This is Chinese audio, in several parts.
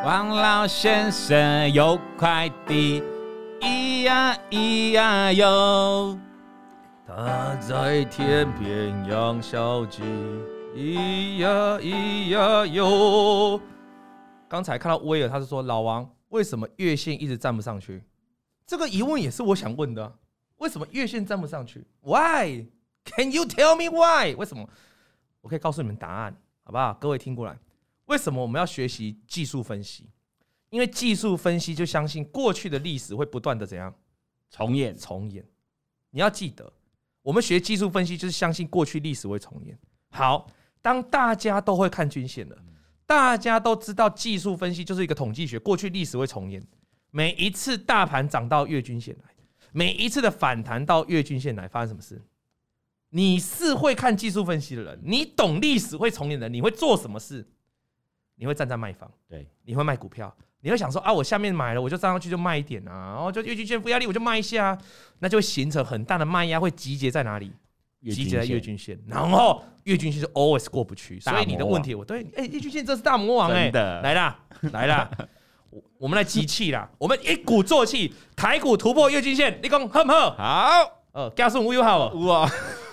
王老先生有快递，咿呀咿呀哟。 他在天边养小鸡，咿呀咿呀哟。刚才看到威尔，他是说老王为什么月线一直站不上去？这个疑问也是我想问的、啊，为什么月线站不上去 ？Why? Can you tell me why? 为什么？我可以告诉你们答案，好不好？各位听过来，为什么我们要学习技术分析？因为技术分析就相信过去的历史会不断的怎样重演。 你要记得，我们学技术分析就是相信过去历史会重演。好，当大家都会看均线了，大家都知道技术分析就是一个统计学，过去历史会重演。每一次大盘涨到月均线来，每一次的反弹到月均线来，发生什么事？你是会看技术分析的人，你懂历史会重演的人，你会做什么事？你会站在卖方， 对， 你会卖股票，你会想说啊，我下面买了，我就站上去就卖一点啊，然后就月均线负压力我就卖一下、啊，那就会形成很大的卖压，会集结在哪里？集结在月均线，然后月均线就 always 过不去，所以你的问题，我对，月均线这是大魔王真的来啦，我们来集气啦，我们一鼓作气，台股突破月均线，你讲好不好？ 好， 加顺有好有啊。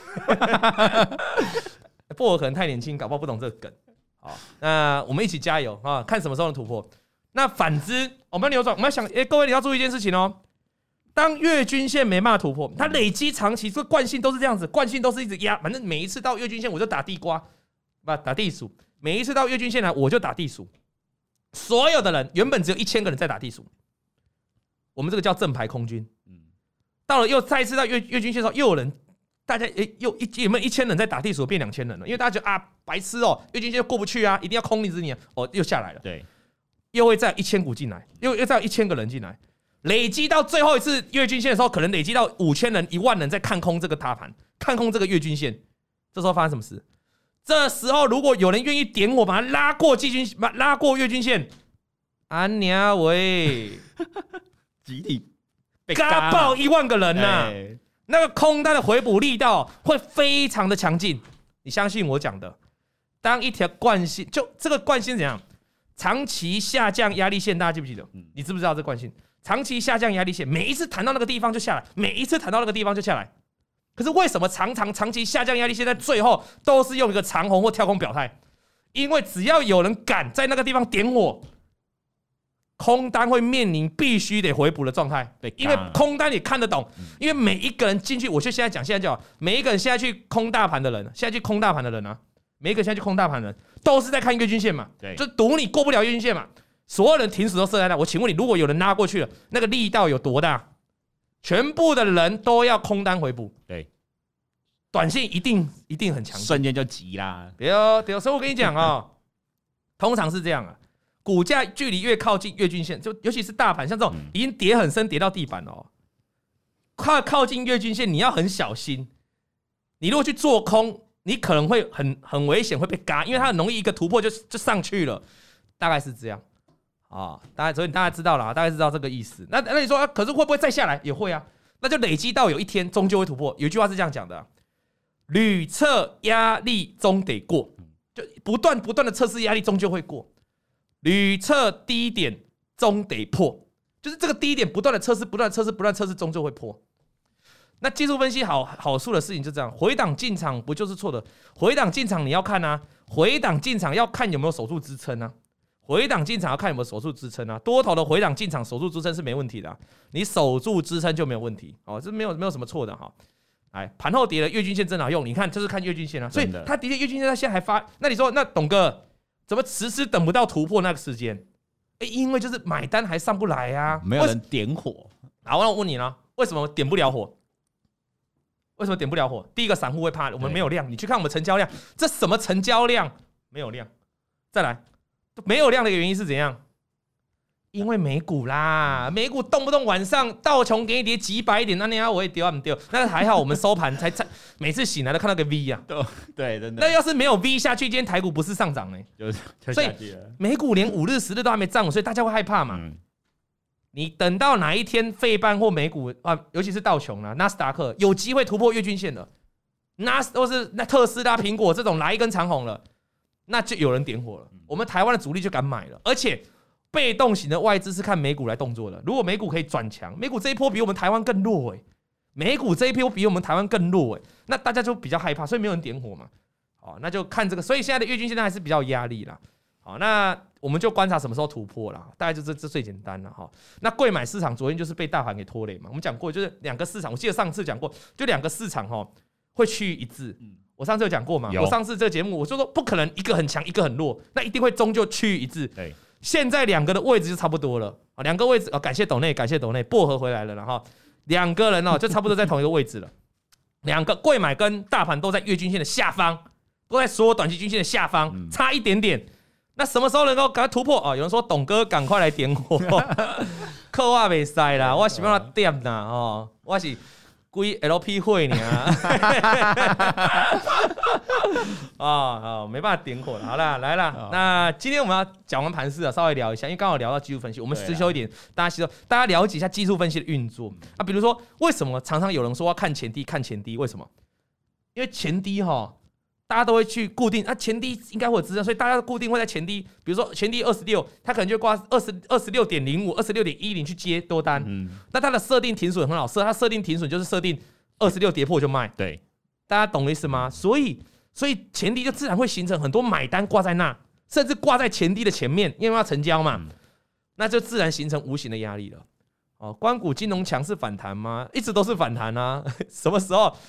不过我可能太年轻，搞不好不懂这个梗。好，那我们一起加油啊！看什么时候能突破。那反之，我们要扭转，我们要想，各位你要注意一件事情哦。当月均线没办法突破，它累积长期，这个惯性都是这样子，惯性都是一直压，反正每一次到月均线我就打地瓜，不打地鼠。每一次到月均线来我就打地鼠。所有的人原本只有1000个人在打地鼠，我们这个叫正牌空军。到了又再一次到月均线的时候，又有人。大家有没有1000人在打地鼠变2000人了？因为大家觉得啊，白痴哦，月均线过不去啊，一定要空一只你哦，又下来了。 对， 又会再1000股进来，又再有1000个人进来，累积到最后一次月均线的时候，可能累积到5000人、10000人在看空这个大盘，看空这个月均线。这时候发生什么事？这时候如果有人愿意点我，把它拉过拉过月均线，安娘喂， 集体被嘎爆10000个人呐、啊！那个空单的回补力道会非常的强劲，你相信我讲的。当一条惯性，就这个惯性怎样？长期下降压力线，大家记不记得？你知不知道这惯性？长期下降压力线，每一次弹到那个地方就下来，每一次弹到那个地方就下来。可是为什么长期下降压力线在最后都是用一个长红或跳空表态？因为只要有人敢在那个地方点我。空单会面临必须得回补的状态，因为空单你看得懂，因为每一个人进去，我就现在讲，每一个人现在去空大盘的人，每一个现在去空大盘的人，都是在看月均线嘛，就赌你过不了月均线嘛，所有人停损都设在那。我请问你，如果有人拉过去了，那个力道有多大？全部的人都要空单回补， 对， 短线一定很强， 瞬间就急啦。 对，所以我跟你讲哦，通常是这样啊。股价距离越靠近月均线，就尤其是大盘，像这种已经跌很深，跌到地板哦，靠近月均线，你要很小心。你如果去做空，你可能会很危险，会被嘎，因为它很容易一个突破就上去了，大概是这样啊。所以大家知道了，大概知道这个意思。那你说，可是会不会再下来？也会啊。那就累积到有一天终究会突破。有一句话是这样讲的、啊：屡测压力终得过，就不断的测试压力，终究会过。屡测低点终得破，就是这个低点不断的测试，终究会破。那技术分析好处的事情就这样，回档进场不就是错的？回档进场你要看啊，回档进场要看有没有守住支撑啊，回档进场要看有没有守住支撑啊。多头的回档进场守住支撑是没问题的、啊，你守住支撑就没有问题哦，这没有什么错的哈。哎，盘后跌了，月均线真好用，你看就是看月均线啊，所以它的确月均线它现在还发，那你说那董哥？怎么迟迟等不到突破那个时间？因为就是买单还上不来啊， 没有人点火。 好，那我问你了，为什么点不了火？为什么点不了火？第一个，散户会怕，我们没有量。你去看我们成交量，这什么成交量？没有量。再来，没有量的原因是怎样？因为美股啦，美股动不动晚上道琼给你跌几百点，那你要我也丢不丢？那还好，我们收盘才每次醒来都看到个 V 啊。 对，真的。 那要是没有 V 下去，今天台股不是上涨呢？ 就下去了。 美股连5日、10日都还没站稳，所以大家会害怕嘛。你等到哪一天费半或美股啊，尤其是道琼啦、纳斯达克有机会突破月均线了，或是那特斯拉、苹果这种来一根长红了，那就有人点火了。我们台湾的主力就敢买了，而且被动型的外资是看美股来动作的。如果美股可以转强，美股这一波比我们台湾更弱美股这一波比我们台湾更弱那大家就比较害怕，所以没有人点火嘛。那就看这个，所以现在的月均线还是比较有压力啦。好，那我们就观察什么时候突破啦，大概就这最简单了哈。那柜买市场昨天就是被大盘给拖累嘛，我们讲过就是两个市场，我记得上次讲过，就两个市场会趋于一致。我上次有讲过嘛，我上次这个节目我就说不可能一个很强一个很弱，那一定会终究趋于一致。 对， 现在两个的位置就差不多了啊，两个位置感谢斗内，感谢斗内，薄荷回来了，然后两个人就差不多在同一个位置了。两个柜买跟大盘都在月均线的下方，都在所有短期均线的下方，差一点点。那什么时候能够赶快突破有人说董哥赶快来点火，扣我没塞啦，我是要点啦我是归 LP 会呢没办法点火了。好啦，来啦，那今天我们要讲完盘势稍微聊一下，因为刚好聊到技术分析，我们实修一点，大家了解一下技术分析的运作比如说为什么常常有人说要看前低，为什么？因为前低大家都会去固定前低应该会有支撑，所以大家固定会在前低，比如说前低26，它可能就挂26.05、26.10去接多单。那它的设定停损很好设，它设定停损就是设定26跌破就卖。 对， 大家懂我意思吗？所以前低就自然会形成很多买单挂在那，甚至挂在前低的前面，因为要成交嘛，那就自然形成无形的压力了。官股金融强是反弹吗？一直都是反弹啊！什么时候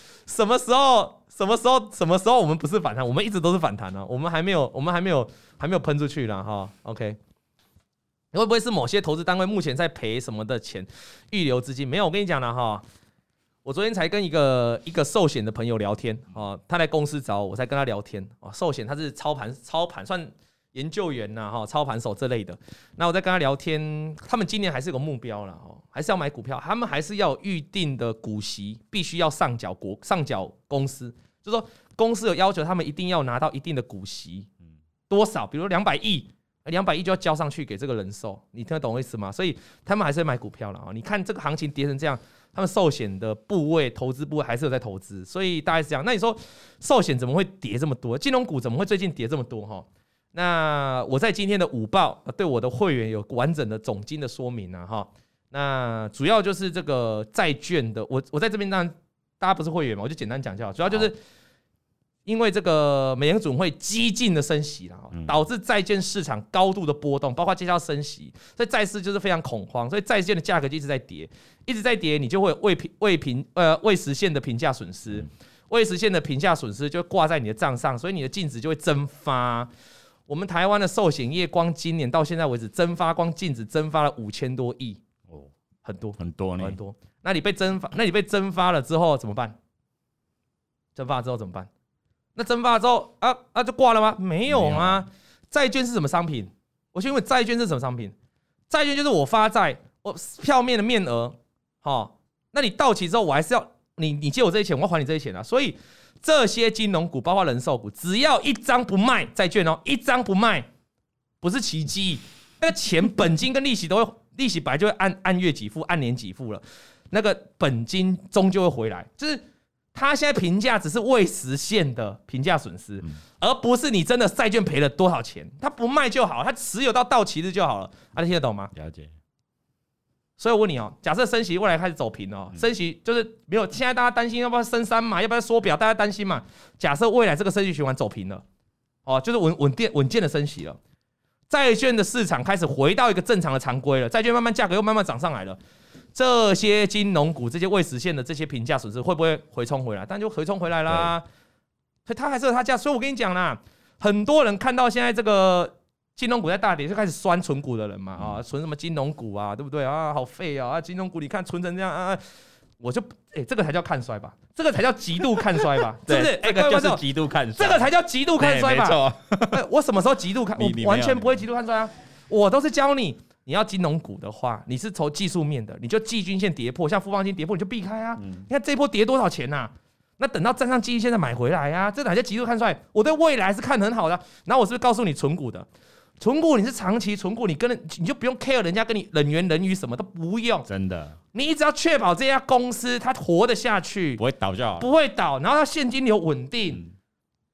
我们不是反弹？我们一直都是反弹啊！我们还没有喷出去啦OK， 会不会是某些投资单位目前在赔什么的钱预留资金？没有，我跟你讲啦我昨天才跟一个寿险的朋友聊天他来公司找我才跟他聊天寿险他是操盘算研究员操盘手这类的。那我在跟他聊天，他们今年还是有个目标啦还是要买股票，他们还是要有预定的股息，必须要上缴公司，就是说公司有要求他们一定要拿到一定的股息，多少？比如200亿就要交上去给这个人寿，你听得懂我意思吗？所以他们还是会买股票了你看这个行情跌成这样，他们寿险的投资部位还是有在投资，所以大概是这样。那你说寿险怎么会跌这么多？金融股怎么会最近跌这么多那我在今天的午报对我的会员有完整的总经的说明那主要就是这个债券的，我在这边当然大家不是会员嘛，我就简单讲就好。主要就是因为这个美联准会激进的升息导致债券市场高度的波动，包括接下来升息，所以债市就是非常恐慌，所以债券的价格就一直在跌，你就会未实现的评价损失，未实现的评价损失就会挂在你的账上，所以你的净值就会蒸发。我们台湾的寿险业光今年到现在为止光净值蒸发了5000多亿很多。那你被蒸发了之后怎么办？蒸发了之后怎么办？那蒸发了之后就挂了吗？没有啊。债券是什么商品？我先问债券是什么商品？债券就是我发债，我票面的面额那你到期之后我还是要你借我这些钱，我要还你这些钱所以这些金融股包括人寿股，只要一张不卖债券一张不卖不是奇迹，那个钱本金跟利息都会，利息本来就会按月给付按年给付了，那个本金终究会回来，就是他现在评价只是未实现的评价损失，而不是你真的债券赔了多少钱，他不卖就好，他持有到期日就好了你听得懂吗？ 了解。 所以我问你假设升息未来开始走平升息就是没有，现在大家担心要不要升3嘛，要不要缩表，大家担心嘛。假设未来这个升息循环走平了就是稳健的升息了，债券的市场开始回到一个正常的常规了，债券价格又慢慢涨上来了，这些金融股这些未实现的这些评价损失会不会回冲回来？当然就回冲回来啦，所以它还是有它价。所以我跟你讲啦，很多人看到现在这个金融股在大跌，就开始酸存股的人嘛存什么金融股对不对好废金融股你看存成这样我就这个才叫看衰吧，这个才叫极度看衰吧，是不是？ 这个就是极度看衰， 这个才叫极度看衰吧。 没错我什么时候极度看？我完全不会极度看衰我都是教你要金融股的话，你是从技术面的，你就季均线跌破，像富邦金跌破你就避开你看这一波跌多少钱那等到站上季均线再买回来这才叫极度看衰。我对未来是看很好的，然后我是不是告诉你存股的？存股你是长期存股，你就不用 care 人家跟你人言人语什么都不用， 真的， 你只要确保这家公司它活得下去， 不会倒就好， 不会倒，然后它现金流稳定，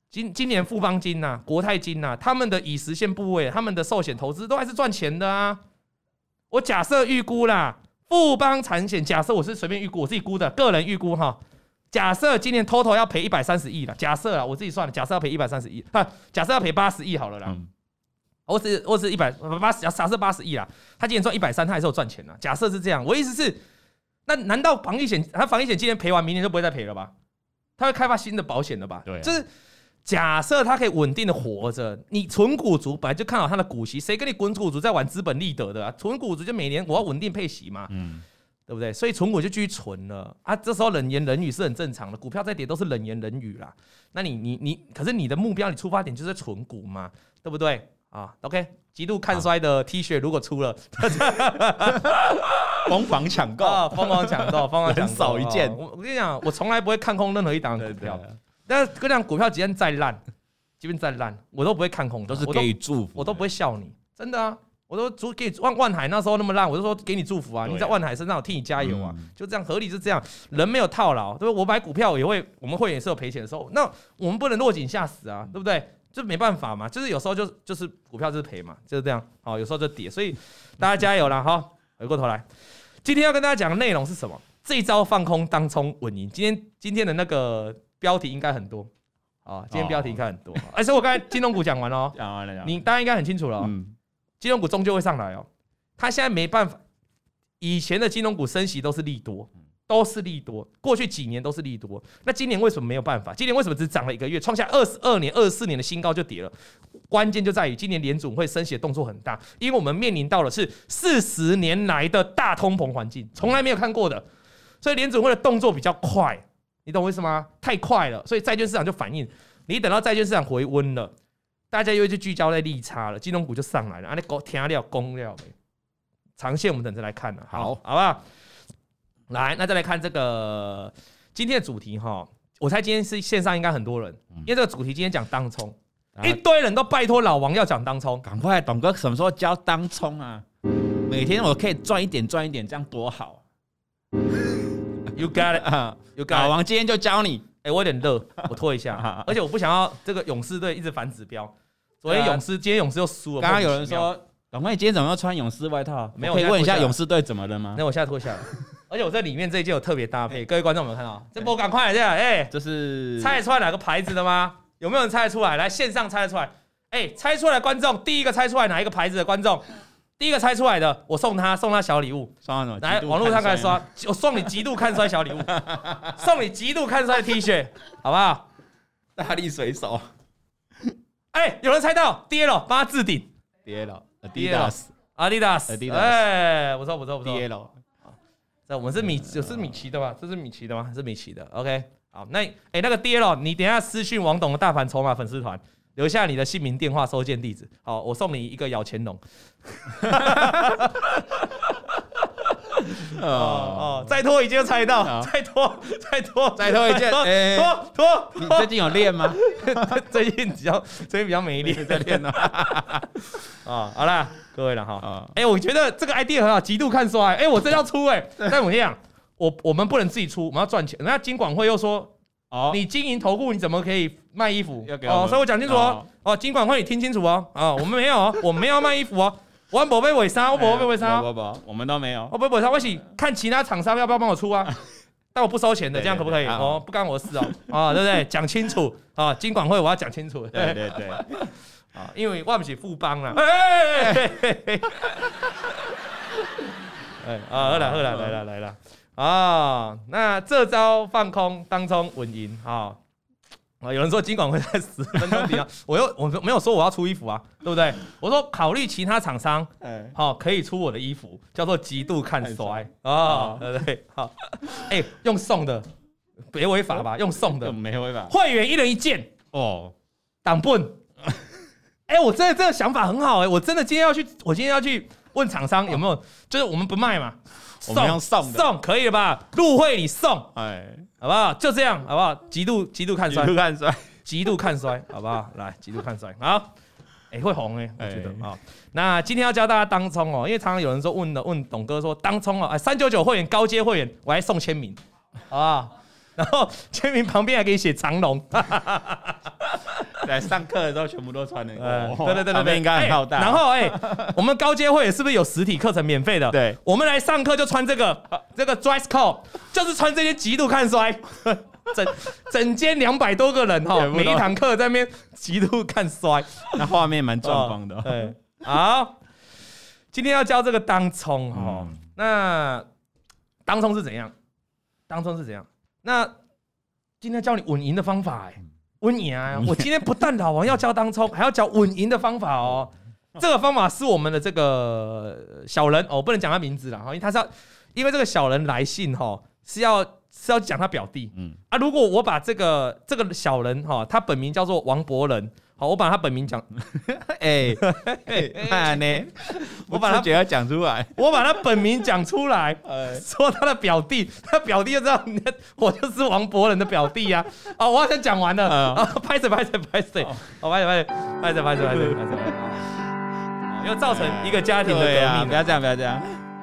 今年富邦金呐、国泰金呐、他们的已实现部位、他们的寿险投资都还是赚钱的啊。我假设预估啦，富邦产险，假设我是随便预估，我自己估的，个人预估哈。假设今年 total 要赔130亿了，假设啦，我自己算了，假设要赔130亿，假设要赔80亿好了啦。我是180，假设80亿啦，他今年赚130，他还是有赚钱的。假设是这样，我意思是，那难道防疫险今年赔完，明年就不会再赔了吧？他会开发新的保险了吧？ 对、啊， 就是假设他可以稳定的活着，你纯股族本来就看好他的股息，谁跟你滚股族在玩资本利得的啊？纯股族就每年我要稳定配息嘛，对不对？所以纯股就继续存了啊。这时候冷言冷语是很正常的，股票再跌都是冷言冷语啦。那可是你的目标，你出发点就是纯股嘛，对不对？啊 ，OK， 极度看衰的 T 恤如果出了， 疯狂抢购啊，疯狂抢购， 人少一件。 我跟你讲，我从来不会看空任何一档股票，但是这档股票即便再烂，我都不会看空， 都是给予祝福， 我都不会笑你，真的啊。我都给万海那时候那么烂，我就说给你祝福啊！你在万海身上，我替你加油啊！就这样，合理是这样，人没有套牢，对不对？我买股票我们会员也是有赔钱的时候，那我们不能落井下石啊，对不对？就没办法嘛，就是有时候就是股票就是赔嘛，就是这样。好，有时候就跌，所以大家加油啦！好，回过头来，今天要跟大家讲的内容是什么？这一招放空当冲稳赢。今天的那个标题应该很多啊，今天标题应该很多。而且我刚才金融股讲完了， 讲完了， 你大家应该很清楚了。金融股终究会上来哦，它现在没办法。以前的金融股升息都是利多，过去几年都是利多。那今年为什么没有办法？今年为什么只涨了1个月，创下22年、24年的新高就跌了？关键就在于今年联准会升息的动作很大，因为我们面临到的是40年来的大通膨环境，从来没有看过的，所以联准会的动作比较快，你懂我意思吗？太快了，所以债券市场就反应。你等到债券市场回温了。大家又会去聚焦在利差了，金融股就上来了，你听了攻了呗。长线我们等着来看了，好不好？来，那再来看这个今天的主题哈，我猜今天是线上应该很多人，因为这个主题今天讲当冲，一堆人都拜托老王要讲当冲， 赶快，董哥什么时候教当冲啊？每天我可以赚一点，这样多好。 You got it， 老王今天就教你。 我有点热，我拖一下，而且我不想要这个勇士队一直反指标。昨天今天勇士又输了。 刚刚有人说，董哥，你今天怎么要穿勇士外套？没有，可以问一下勇士队怎么了吗？ 那我现在脱下来，而且我在里面这一件有特别搭配，各位观众有没有看到？这波赶快这样， 这是猜得出来哪个牌子的吗？有没有人猜得出来？来线上猜得出来？猜出来观众，第一个猜出来哪一个牌子的观众？第一个猜出来的，我送他小礼物。 送他什么？ 来网络上开始刷，我送你极度看衰小礼物，送你极度看衰的 T 恤，好不好？ 大力水手。 有人猜到，跌了，帮他置顶。 跌了 ，Adidas，不错。 跌了。 这我们是米奇的吧？这是米奇的吗？是米奇的。OK， 好，那个跌了，你等一下私讯王董的大盘筹码粉丝团。留下你的姓名、电话、收件地址。好，我送你一个咬钱龙。再拖一件就猜到，再拖一件。 拖。 你最近有练吗？ 最近比较没练， 在练呢。 好啦，各位了哈。我觉得这个 idea 很好，极度看衰。我真要出但我跟你讲，我们不能自己出，我们要赚钱。人家金管会又说。你经营投顾，你怎么可以卖衣服？所以我讲清楚金管会你听清楚我们没有我们没有卖衣服我没被尾杀，我没被尾杀， 我们都没有， 我不会尾杀，我是看其他厂商要不要帮我出但我不收钱的，这样可不可以？不干我的事对不对？讲清楚金管会我要讲清楚， 对因为我不是富邦啦，好了，来了。那这招放空当冲稳赢有人说金管会在10分钟底下，我没有说我要出衣服对不对？我说考虑其他厂商可以出我的衣服，叫做极度看衰对不对？好，用送的别违法吧？用送的没违法， 会员1人1件挡笨。我真的这个想法很好我真的今天要去问厂商有没有，就是我们不卖嘛。 我们用送的送可以了吧？入会你送，好不好？就这样，好不好？极度看衰，极度看衰，好不好？来，极度看衰，好，会红我觉得那今天要教大家当冲因为常常有人说问董哥说当冲399会员高阶会员，我还送签名，好不好？然后签名旁边还可以写长龙， 对，上课的时候全部都穿那个， 对， 场面应该很浩大。 然后我们高阶会是不是有实体课程免费的？ 对， 我们来上课就穿这个 dress code， 就是穿这些极度看衰。整间200多个人哈，每一堂课在那边极度看衰， 那画面蛮壮观的。 对，好，今天要教这个当冲哈，那当冲是怎样？那今天教你稳赢的方法稳赢啊！我今天不但老王要教当冲，还要教稳赢的方法哦。这个方法是我们的这个小人哦，不能讲他名字了哈，因为他是因为这个小人来信哈是要讲他表弟，如果我把这个小人哈，他本名叫做王伯仁，好，我把他本名讲， 我把他觉得讲出来， 我把他本名讲出来，说他的表弟，他表弟就知道我就是王伯仁的表弟呀。哦，我好像讲完了，拍谁，又造成一个家庭的革命， 不要这样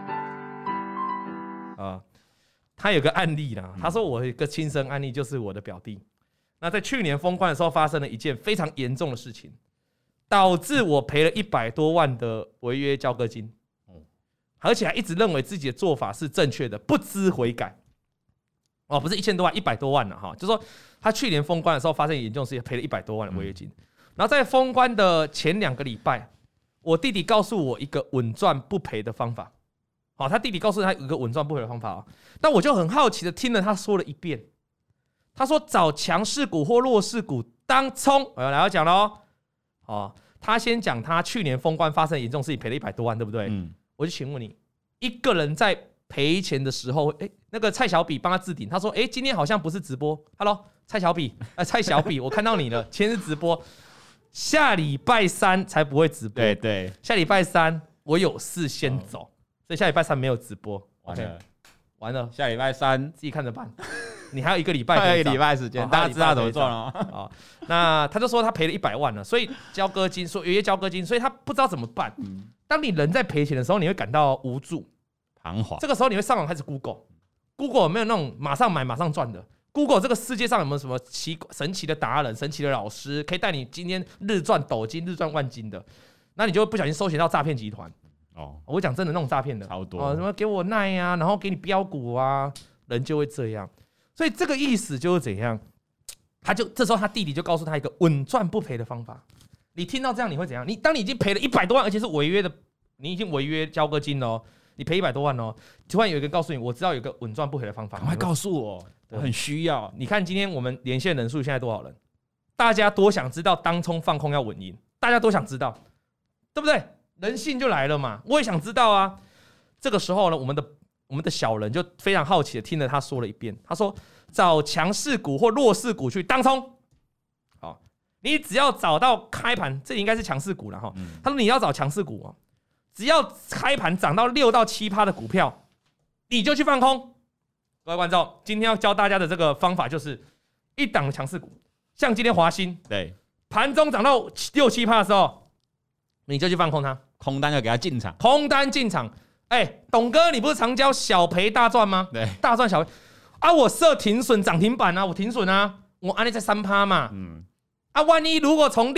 啊。他有个案例啦，他说我有一个亲身案例，就是我的表弟。那在去年封关的时候，发生了一件非常严重的事情，导致我赔了100多万的违约交割金，而且还一直认为自己的做法是正确的，不知悔改。哦，不是1000多万，100多万了哈，就说他去年封关的时候发生严重事情，赔了100多万的违约金。然后在封关的前2个礼拜，我弟弟告诉我一个稳赚不赔的方法。好，他弟弟告诉他有一个稳赚不赔的方法啊，但我就很好奇的听了他说了一遍。他说找强势股或弱势股当冲，来要讲了哦。他先讲他去年封关发生严重事情，赔了100多万，对不对？我就请问你，一个人在赔钱的时候，那个蔡小比帮他置顶，他说，今天好像不是直播 ，Hello， 蔡小比，我看到你了，今天是直播，下礼拜3才不会直播， 对， 下礼拜3我有事先走。所以下礼拜3没有直播，完了， 下礼拜3 自己看着办。你还有1个礼拜， 还有1个礼拜时间，大家知道怎么做了吗？ 那他就说他赔了100万了，所以交割金，说违约交割金，所以他不知道怎么办。当你人在赔钱的时候，你会感到无助、 彷徨。这个时候你会上网开始 Google 有没有那种马上买马上赚的 ？Google 这个世界上有没有什么神奇的达人、神奇的老师，可以带你今天日赚斗金、日赚万金的？那你就会不小心搜寻到诈骗集团。我讲真的，那种诈骗的超多， 什么给我耐啊，然后给你标股啊，人就会这样。所以这个意思就是怎样？这时候他弟弟就告诉他一个稳赚不赔的方法。你听到这样你会怎样？当你已经赔了100多万，而且是违约的，你已经违约交割金了，你赔100多万哦，突然有一个人告诉你，我知道有一个稳赚不赔的方法， 赶快告诉我，我很需要。 你看今天我们连线人数现在多少人？大家多想知道当冲放空要稳赢，大家多想知道，对不对？人性就来了嘛，我也想知道啊。这个时候呢，我们的小人就非常好奇的听了他说了一遍，他说找强势股或弱势股去当冲。好，你只要找到开盘，这应该是强势股了哈。他说你要找强势股哦，只要开盘涨到6到7%的股票，你就去放空。各位观众，今天要教大家的这个方法就是一档强势股，像今天华兴， 对， 盘中涨到6-7%的时候，你就去放空它。 空单就给他进场， 董哥，你不是常教小赔大赚吗？ 对， 大赚小赔啊！我设停损涨停板啊，我停损啊，我按你在3%嘛，万一如果从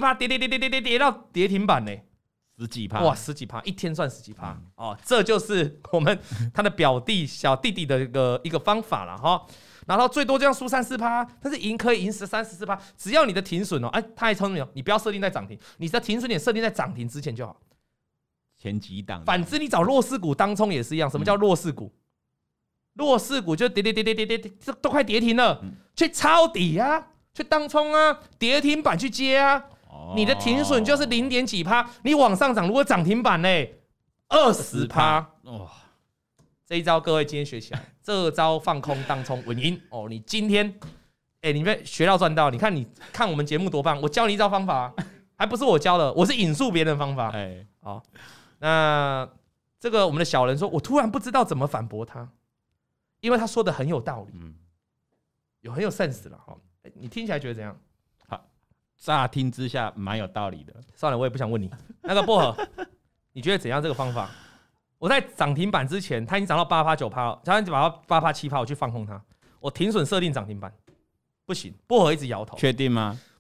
6%、7%跌到跌停板呢 ？10几%， 哇，10几%，一天赚10几%，这就是我们他的表弟小弟弟的一个方法了哈。然后最多这样输3-4%，但是可以赢13-14%，只要你的停损他还聪明你不要设定在涨停，你的停损点设定在涨停之前就好。 前几档， 反之你找弱势股当冲也是一样。什么叫弱势股？弱势股就跌，都快跌停了，去抄底啊，去当冲啊，跌停板去接啊。你的停损就是0.几%，你往上涨，如果涨停板嘞20%，哇！这一招各位今天学起来，这招放空当冲稳赢哦！你今天，你们学到赚到，你看我们节目多棒！我教你一招方法，还不是我教的，我是引述别人的方法。好，那这个我们的小人说，我突然不知道怎么反驳他，因为他说的很有道理，很有 sense 了哈。你听起来觉得怎样？ 好，乍听之下蛮有道理的。 算了，我也不想问你。那个薄荷，你觉得怎样这个方法？我在涨停板之前，它已经涨到8%、9%了，涨到8%、7%，我去放空它，我停损设定涨停板，不行。薄荷一直摇头， 确定吗？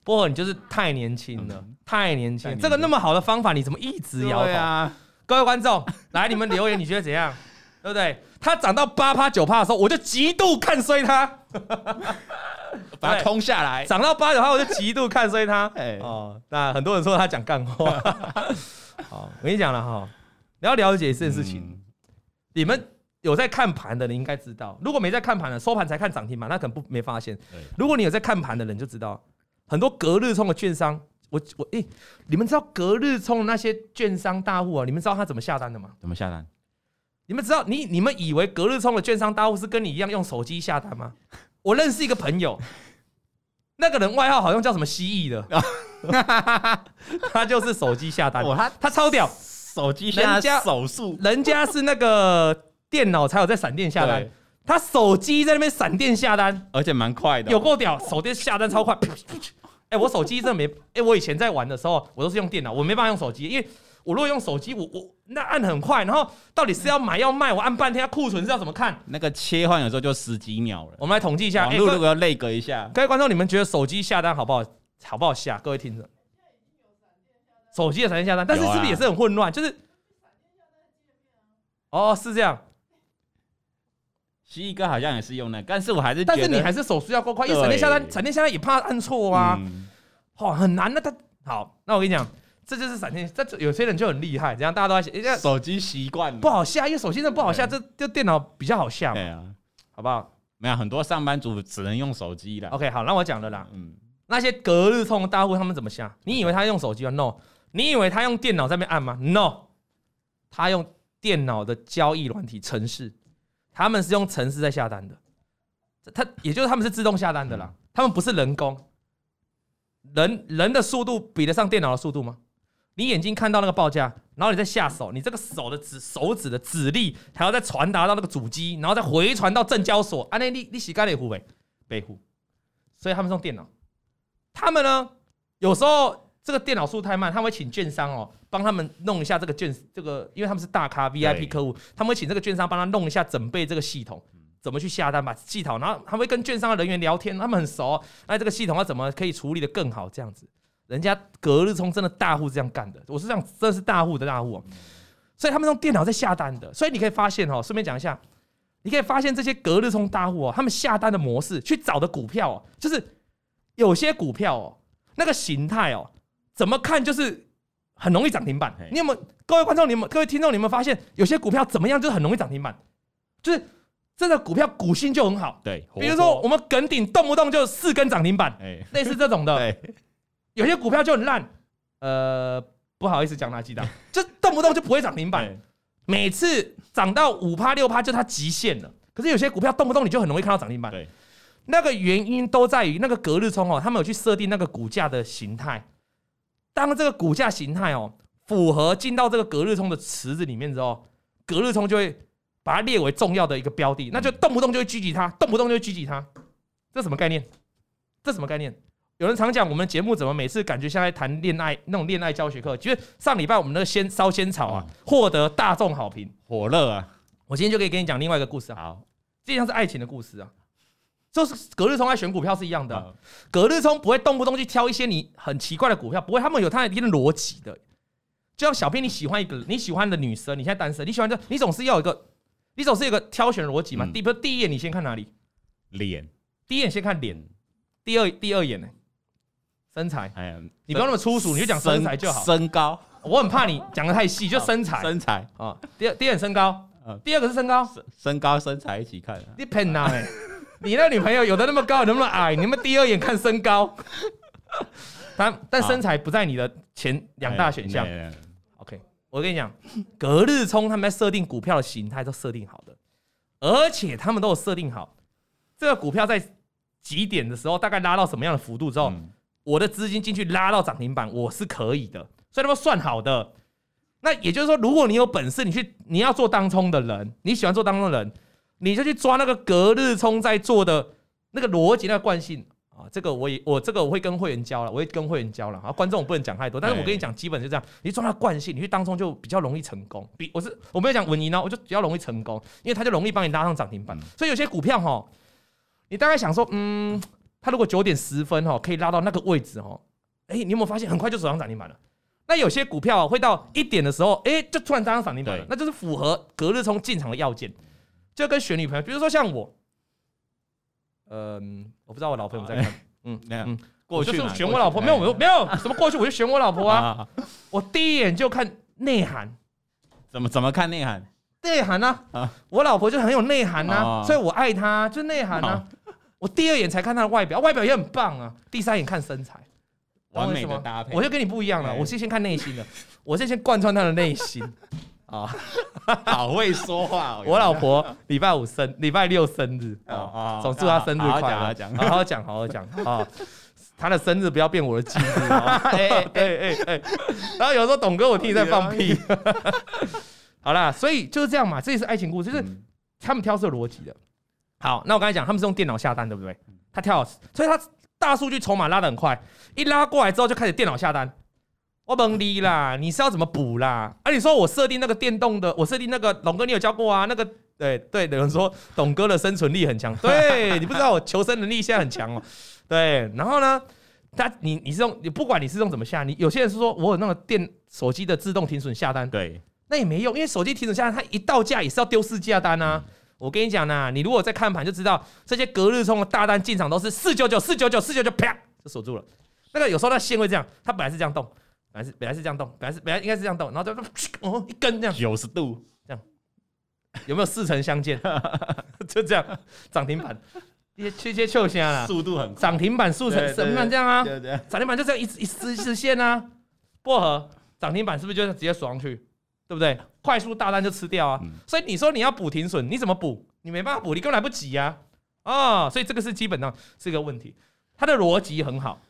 薄荷你就是太年轻了，太年轻，这个那么好的方法，你怎么一直摇头？ 啊， 各位观众，来你们留言，你觉得怎样？对不对？它涨到8%、9%的时候，我就极度看衰它， 把它空下来。 涨到8%、9%，我就极度看衰它。哦，那很多人说他讲干话。好，我跟你讲了哈，你要了解这件事情，你们有在看盘的人应该知道，如果没在看盘的，收盘才看涨停板，那可能没发现。如果你有在看盘的人就知道，很多隔日冲的券商，你们知道隔日冲的那些券商大户啊，你们知道他怎么下单的吗？ 怎么下单？ 你们知道你们以为隔日冲的券商大户是跟你一样用手机下单吗？我认识一个朋友，那个人外号好像叫什么蜥蜴的，他就是手机下单，他超屌， 手机下单手速， 人家是那个电脑才有在闪电下单，他手机在那边闪电下单， 而且蛮快的， 有够屌，手电下单超快。我手机真的没，我以前在玩的时候，我都是用电脑，我没办法用手机，因为我如果用手机，我那按很快，然后到底是要买要卖，我按半天，库存是要怎么看？ 那个切换有时候就10几秒了。 我们来统计一下， 网络如果要累格一下， 各位观众，你们觉得手机下单好不好下？各位听着，手机的闪电下单，但是是不是也是很混乱？就是是这样。 蜥蜴哥好像也是用那个，但是我还是觉得， 但是你还是手速要够快，因为闪电下单也怕按错啊，很难的。好，那我跟你讲。这就是闪电，有些人就很厉害，这样大家都在写。 手机习惯不好下，因为手机真的不好下，这电脑比较好下嘛。 对啊， 好不好？ 没有，很多上班族只能用手机啦。 OK， 好，那我讲了啦。那些隔日冲的大户他们怎么下？你以为他用手机吗 ？No。你以为他用电脑在那边按吗 ？No。他用电脑的交易软体程式，他们是用程式在下单的。也就是他们是自动下单的啦，他们不是人工。人的速度比得上电脑的速度吗？你眼睛看到那个报价，然后你再下手，你这个手指的指力还要再传达到那个主机，然后再回传到证交所。你洗干净户北户，所以他们是用电脑。他们呢，有时候这个电脑速度太慢，他们会请券商帮他们弄一下这个，因为他们是大咖 VIP 客户，他们会请这个券商帮他弄一下整备这个系统。怎么去下单，把系统，然后他们会跟券商的人员聊天，他们很熟，这个系统要怎么可以处理的更好，这样子。人家隔日冲真的大户这样干的，我是这样，真的是大户的大户所以他们用电脑在下单的。所以你可以发现顺便讲一下，你可以发现这些隔日冲大户他们下单的模式，去找的股票就是有些股票那个形态怎么看就是很容易涨停板。你有没有各位观众，各位听众，你有没有发现有些股票怎么样就是很容易涨停板？就是这个股票股性就很好， 对， 比如说我们耿鼎动不动就4根涨停板，类似这种的。有些股票就很烂，不好意思讲哪几档，就动不动就不会涨停板，每次涨到5%、6%就它极限了。可是有些股票动不动你就很容易看到涨停板，那个原因都在于那个隔日冲他们有去设定那个股价的形态。当这个股价形态符合进到这个隔日冲的池子里面之后，隔日冲就会把它列为重要的一个标的，那就动不动就会狙击它，动不动就会狙击它。这什么概念？有人常讲我们节目怎么每次感觉像在谈恋爱那种恋爱教学课？其实上礼拜我们那个烧仙草获得大众好评， 火热啊！ 我今天就可以跟你讲另外一个故事好，这像是爱情的故事就是隔日冲在选股票是一样的隔日冲不会动不动去挑一些你很奇怪的股票，不会，他们有他一定的逻辑的。就像小编，你喜欢的女生，你现在单身，你总是要有一个挑选逻辑嘛。第一眼你先看哪里？ 脸。 第一眼先看脸，第二眼呢？身材。你不要那么粗俗，你就讲身材就好。 身高， 我很怕你讲的太细，就身材。 身材第一眼身高，第二个是身高， 身高身材一起看。 你骗哪你那女朋友有的那么高，有的那么矮，你们第二眼看身高，但身材不在你的前2大选项。OK， 我跟你讲，隔日冲他们在设定股票的形态都设定好的，而且他们都有设定好这个股票在几点的时候，大概拉到什么样的幅度之后，我的资金进去拉到涨停板，我是可以的，所以他们算好的。那也就是说，如果你有本事，你要做当冲的人，你喜欢做当冲的人，你就去抓那个隔日冲在做的那个逻辑、那个惯性这个我会跟会员教了，观众我不能讲太多，但是我跟你讲，基本就这样，你抓那个惯性，你去当冲就比较容易成功。我没有讲稳赢我就比较容易成功，因为它就容易帮你拉上涨停板。所以有些股票你大概想说， 它如果9点10分可以拉到那个位置你有没有发现很快就手上涨停板了？那有些股票会到1点的时候，就突然涨停板了，那就是符合隔日冲进场的要件，就跟选女朋友，比如说像我，我不知道我老婆有没有在看， 过去就是选我老婆，没有什么过去，我就选我老婆啊。我第一眼就看内涵， 怎么看内涵？ 内涵啊，我老婆就很有内涵啊，所以我爱她，就内涵啊。我第2眼才看她的外表，外表也很棒啊。第3眼看身材， 完美的搭配。 我就跟你不一样了，我是先看内心的，我是先贯穿她的内心啊。 好会说话。 我老婆礼拜6生日总祝她生日快乐。好好讲啊。他的生日不要变我的忌日然后有时候董哥我听你在放屁好啦，所以就是这样嘛，这也是爱情故事，就是他们挑是有逻辑的。好，那我刚才讲他们是用电脑下单，对不对？他挑，所以他大数据筹码拉得很快，一拉过来之后就开始电脑下单。我问你啦，你是要怎么补啦？你说我设定那个电动的，我设定那个董哥你有教过啊？那个对，有人说董哥的生存力很强，对你不知道我求生能力现在很强对，然后呢，你是用，你不管你是用怎么下，你有些人是说我有那个手机的自动停损下单， 对， 那也没用，因为手机停损下单，它一到价也是要丢市价单啊。我跟你讲呐，你如果在看盘就知道，这些隔日冲的大单进场都是499，啪就锁住了。那个有时候那线会这样，它本来是这样动，本来是这样动，本来应该是这样动，然后就一根这样 90度这样，有没有似曾相见？就这样涨停板。切秋虾啦， 速度很快， 涨停板速成，涨停板这样啊，涨停板就这样一直线啊，薄荷涨停板是不是就直接锁上去，对不对？快速大单就吃掉啊，所以你说你要补停损，你怎么补？你没办法补，你根本来不及啊，所以这个是基本上是一个问题。它的逻辑很好，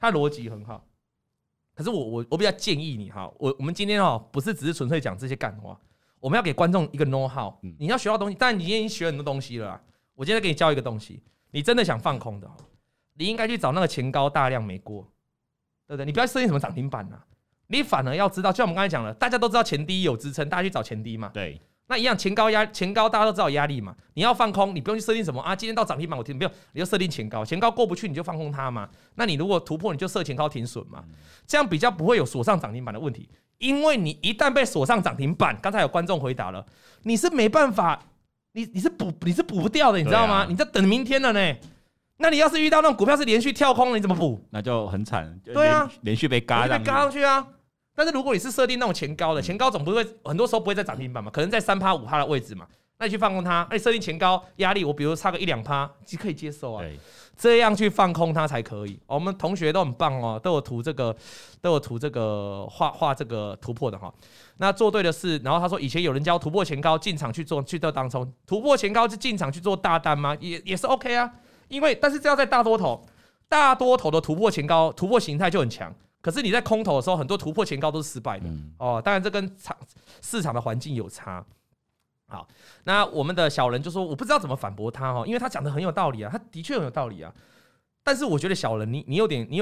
可是我比较建议你我们今天不是只是纯粹讲这些干话，我们要给观众一个 know how，你要学到东西，当然你已经学很多东西了啦，我今天给你教一个东西。你真的想放空的，你应该去找那个前高大量没过，对不对？你不要设定什么涨停板你反而要知道，就像我们刚才讲了，大家都知道前低有支撑，大家去找前低嘛。 对， 那一样前高大家都知道有压力嘛。你要放空，你不用去设定什么今天到涨停板我停，不用，你就设定前高过不去你就放空它嘛。那你如果突破你就设前高停损嘛，这样比较不会有锁上涨停板的问题。因为你一旦被锁上涨停板，刚才有观众回答了，你是没办法。你是补不掉的，你知道吗？你在等明天了呢。那你要是遇到那种股票是连续跳空，你怎么补？ 那就很惨。 对啊， 连续被嘎上去啊。但是如果你是设定那种前高的，前高总不会很多时候不会在涨停板嘛，可能在3%、5%的位置嘛。那你去放空它，设定前高压力，我比如差个1-2%，其实可以接受啊。这样去放空它才可以。我们同学都很棒都有图这个画这个突破的那做对的是，然后他说以前有人教突破前高进场去做当冲，突破前高就进场去做大单吗？也是 OK 啊，但是这要在大多头的突破前高突破形态就很强，可是你在空头的时候很多突破前高都是失败的当然这跟市场的环境有差。好，那我们的小人就说我不知道怎么反驳他因为他讲的很有道理啊，他的确很有道理啊，但是我觉得小人你有点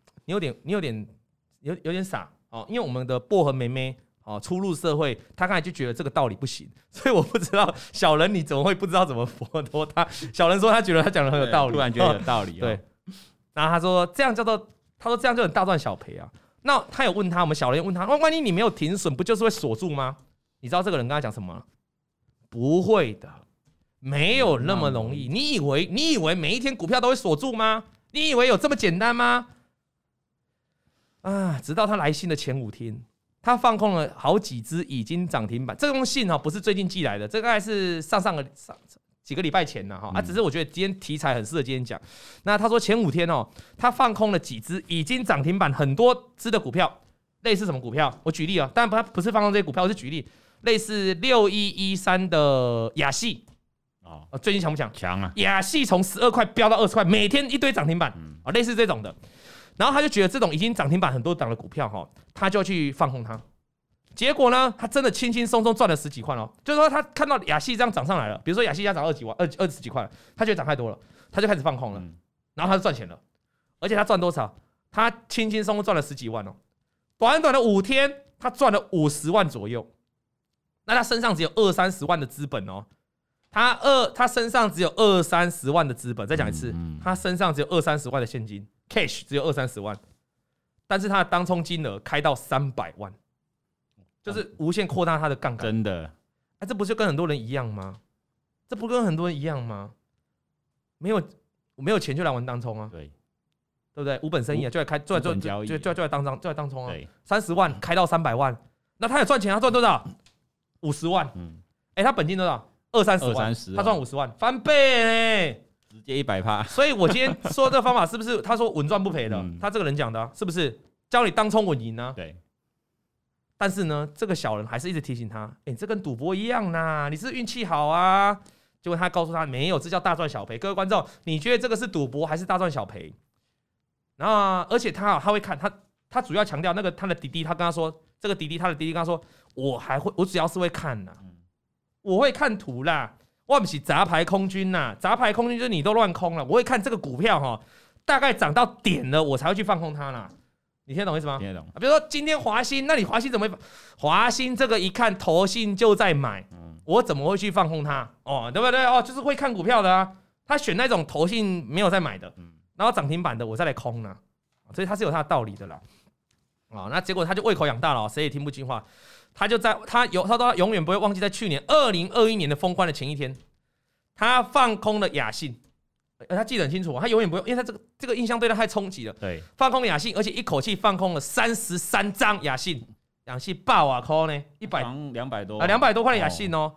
傻因为我们的薄荷妹妹初入社会，他刚才就觉得这个道理不行，所以我不知道小人你怎么会不知道怎么驳脱他？小人说他觉得他讲的很有道理， 突然觉得有道理对，然后他说这样就很大赚小赔啊。那他有问他，我们小人问他，万一你没有停损，不就是会锁住吗？你知道这个人跟他讲什么吗？不会的，没有那么容易。你以为每一天股票都会锁住吗？你以为有这么简单吗？直到他来信的前5天，他放空了好几只已经涨停板。这封信不是最近寄来的，这个还是上几个礼拜前只是我觉得今天题材很适合今天讲。那他说前5天他放空了几只已经涨停板很多只的股票，类似什么股票？我举例当然不是放空这些股票，我是举例。类似6113的亚细最近强不强？ 强啊！ 亚细从12块飙到20块，每天一堆涨停板类似这种的。然后他就觉得这种已经涨停板很多档的股票他就去放空它。结果呢，他真的轻轻松松赚了10几块就是说他看到亚细这样涨上来了，比如说亚细要涨20几块，他觉得涨太多了，他就开始放空了，然后他就赚钱了，而且他赚多少？他轻轻松松赚了10几万短短的5天，他赚了50万左右。那他身上只有20-30万的资本他身上只有20-30万的资本，再讲一次，他身上只有20-30万的现金 ，cash 只有20-30万，但是他的当冲金额开到300万，就是无限扩大他的杠杆。 真的， 哎，这不就跟很多人一样吗？这不跟很多人一样吗？没有钱就来玩当冲啊， 对不对？无本生意啊，就来开，就来当冲啊，30万开到300万，那他也赚钱，他赚多少？50万，哎，他本金多少？20-30万，他赚50万，翻倍呢， 直接100%。 所以我今天说这个方法是不是他说稳赚不赔的？他这个人讲的是不是教你当冲稳赢呢？ 对。 但是呢，这个小人还是一直提醒他，哎，这跟赌博一样啦，你是运气好啊。结果他告诉他没有，这叫大赚小赔。各位观众，你觉得这个是赌博还是大赚小赔？然后，而且他会看他主要强调那个他的弟弟，他跟他说，这个弟弟他的弟弟跟他说，我主要是会看呐，我会看图啦，我不是杂牌空军呐，杂牌空军就是你都乱空了，我会看这个股票哈，大概涨到点了，我才会去放空它啦。你听得懂意思吗？ 听得懂。 比如说今天华兴，那你华兴怎么会？华兴这个一看投信就在买，我怎么会去放空它？哦，对不对？哦，就是会看股票的啊。他选那种投信没有在买的，然后涨停板的我再来空呢，所以他是有他的道理的啦。哦，那结果他就胃口养大了，谁也听不进话。他永远不会忘记，在去年2021年的封关的前一天，他放空了雅信。他记得很清楚，他永远不用，因为他这个印象对他太冲击了。 对， 放空雅信，而且一口气放空了33张雅信，雅信爆啊扣呢 200多 200多块的雅信哦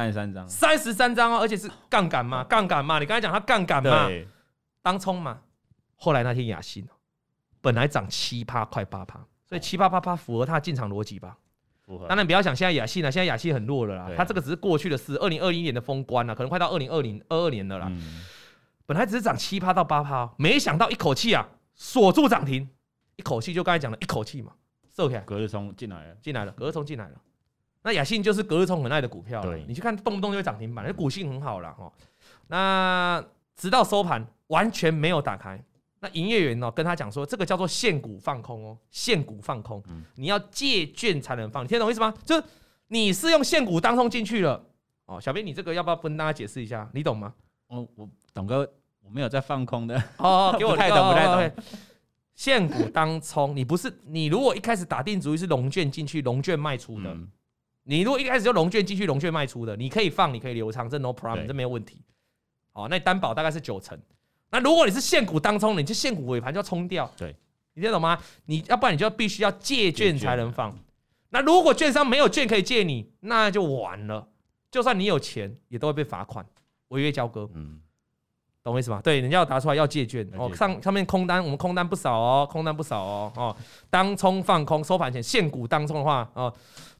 ，33张哦，而且是杠杆嘛，你刚才讲他杠杆嘛，当冲嘛。后来那天雅信本来涨7%快8%，所以7%符合他的进场逻辑吧？当然不要想现在雅信了，现在雅信很弱了啦，他这个只是过去的事，2021年的封关了，可能快到2022年了啦。本来只是涨7%到8%，没想到一口气啊锁住涨停，一口气就刚才讲的一口气嘛，收起来， 隔日冲进来了， 隔日冲进来了。那雅信就是隔日冲很爱的股票， 对， 你去看动不动就会涨停板，股性很好啦。那直到收盘完全没有打开，那营业员跟他讲说，这个叫做现股放空哦，现股放空，你要借券才能放，你听得懂意思吗？就是你是用现股当冲进去了哦。小编，你这个要不要跟大家解释一下？你懂吗？ 我董哥。我没有在放空的给我不太懂。 现股当冲，你如果一开始打定主意是融券进去，融券卖出的，你如果一开始就融券进去，融券卖出的，你可以放，你可以留仓，这 no problem， 这没有问题。好，那担保大概是90%。那如果你是现股当冲，你就现股尾盘就要冲掉， 对， 你听懂吗？你要不然你就必须要借券才能放。那如果券商没有券可以借你，那就完了，就算你有钱，也都会被罚款，违约交割。懂我意思吗？对，人家要答出来要借券哦，上面空单，我们空单不少哦，当冲放空，收盘前现股当冲的话哦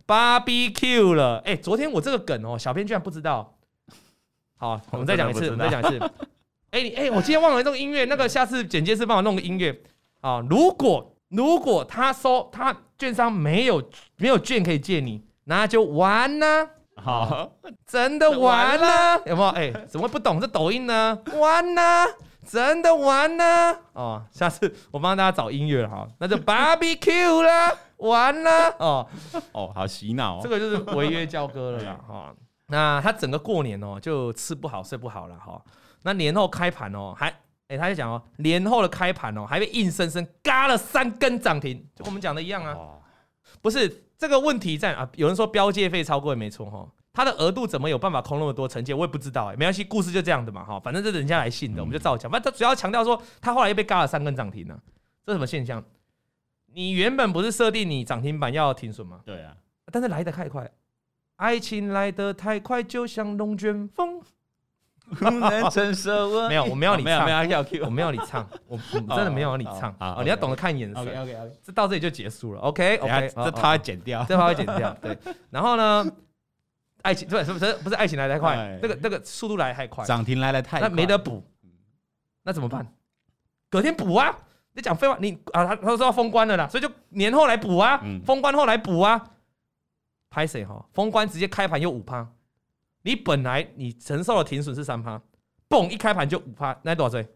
，BBQ 了，哎，昨天我这个梗哦，小编居然不知道，好，我们再讲一次，哎，我今天忘了这个音乐，那个下次剪接师帮我弄个音乐啊，如果他券商没有券可以借你，那就完了。 好， 真的完了，有没有？哎，怎么会不懂这抖音呢？完了，真的完了哦！下次我帮大家找音乐了哈，那就 BBQ 了，完了哦， 好洗脑哦， 这个就是违约交割了啦哈。那他整个过年就吃不好睡不好了哈。那年后开盘他就讲年后的开盘还被硬生生嘎了3根涨停，就跟我们讲的一样啊，不是。这个问题在有人说标借费超过也没错哈，他的额度怎么有办法空那么多承接，我也不知道没关系，故事就这样的嘛哈，反正这是人家来信的，我们就照讲。反正他主要强调说，他后来又被嘎了3根涨停呢，这是什么现象？你原本不是设定你涨停板要停损吗？ 对啊， 但是来得太快，爱情来得太快，就像龙卷风。 不能承受我。 没有，我没有你唱， 我没有你唱，我真的没有你唱。你要懂得看眼神。 OK， 这到这里就结束了。OK， 这他会剪掉， 对，然后呢，爱情对，不是爱情来得太快，那个速度来得太快， 涨停来得太快， 那没得补，那怎么办？隔天补啊！你讲废话，他说要封关了啦，所以就年后来补啊，封关后来补啊。拍谁封关直接开盘又5%。你本来你承受的停损是3%，蹦一开盘就5%，那多少岁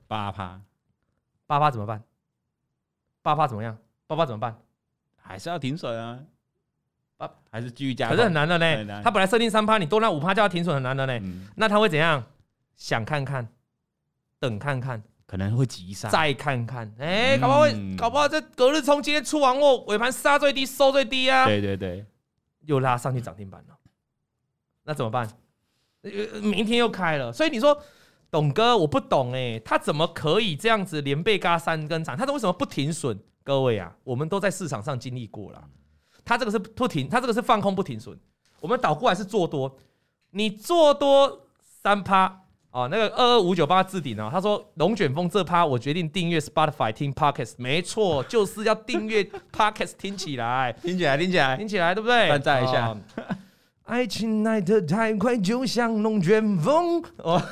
？8%怎么办？8%怎么样？8%怎么办？ 还是要停损啊？ 还是继续加， 可是很难的呢。他本来设定3%，你多那5%叫他停损很难的呢。那他会怎样？想看看，等看看， 可能会急杀， 再看看。搞不好这隔日冲今天出完后，尾盘杀最低，收最低啊。 对， 又拉上去涨停板了，那怎么办？明天又开了，所以你说董哥我不懂他怎么可以这样子连被嘎3根涨？他为什么不停损？各位啊，我们都在市场上经历过了。他这个是不停，他这个是放空不停损。我们倒过来是做多，你做多3%哦，那个22598置顶啊，他说龙卷风这趴我决定订阅 Spotify 听 Podcast， 没错，就是要订阅 Podcast 听起来， 听起来， 对不对？ 翻赞一下。 爱情来得太快，就像龙卷风。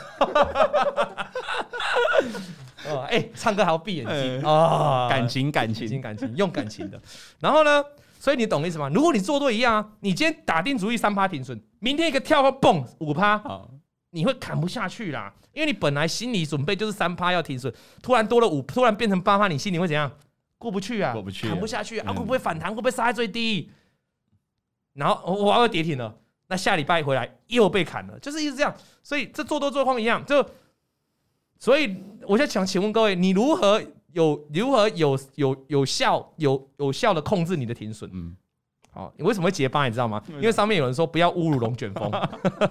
唱歌还要闭眼睛感情， 用感情的。然后呢，所以你懂意思吗？如果你做多一样啊，你今天打定主意3%停损，明天一个跳高蹦5%，你会砍不下去啦，因为你本来心理准备就是3%要停损，突然多了5%，突然变成8%，你心里会怎样？过不去啊，砍不下去啊，会不会反弹？会不会杀在最低？然后我要跌停了，那下礼拜回来又被砍了，就是一直这样。所以这做多做空一样，所以我现在想请问各位，你如何有效的控制你的停损？你为什么会结巴？你知道吗？因为上面有人说不要侮辱龙卷风，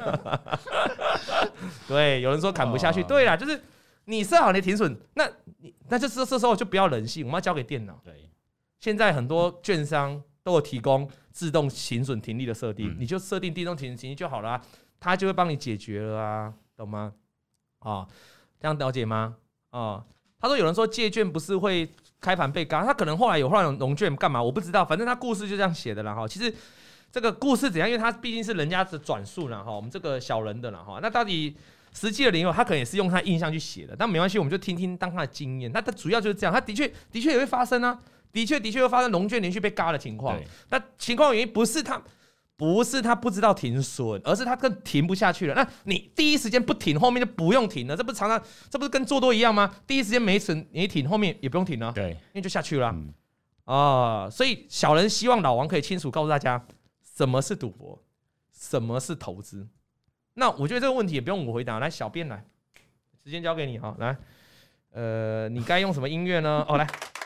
对，有人说砍不下去。对啦，就是你设好你的停损，那就是这时候就不要人性，我们要交给电脑。对，现在很多券商都有提供自动停损停利的设定，你就设定自动停利就好了，它就会帮你解决了啊，懂吗？这样了解吗？他说有人说借券不是会开盘被嘎，他可能后来有换龙券干嘛？我不知道，反正他故事就这样写的啦哈。其实这个故事怎样？因为他毕竟是人家的转述啦哈，我们这个小人的啦哈。那到底实际的理由，他可能也是用他印象去写的，但没关系，我们就听听当他的经验。那他主要就是这样，他的确也会发生啊，的确会发生龙券连续被嘎的情况。那情况原因不是他不知道停损，而是他更停不下去了。那你第一时间不停，后面就不用停了，这不是跟做多一样吗？第一时间没停，后面也不用停了，对，因为就下去了。所以小人希望老王可以清楚告诉大家什么是赌博，什么是投资。那我觉得这个问题也不用我回答，来，小编来，时间交给你哈，来，你该用什么音乐呢？来，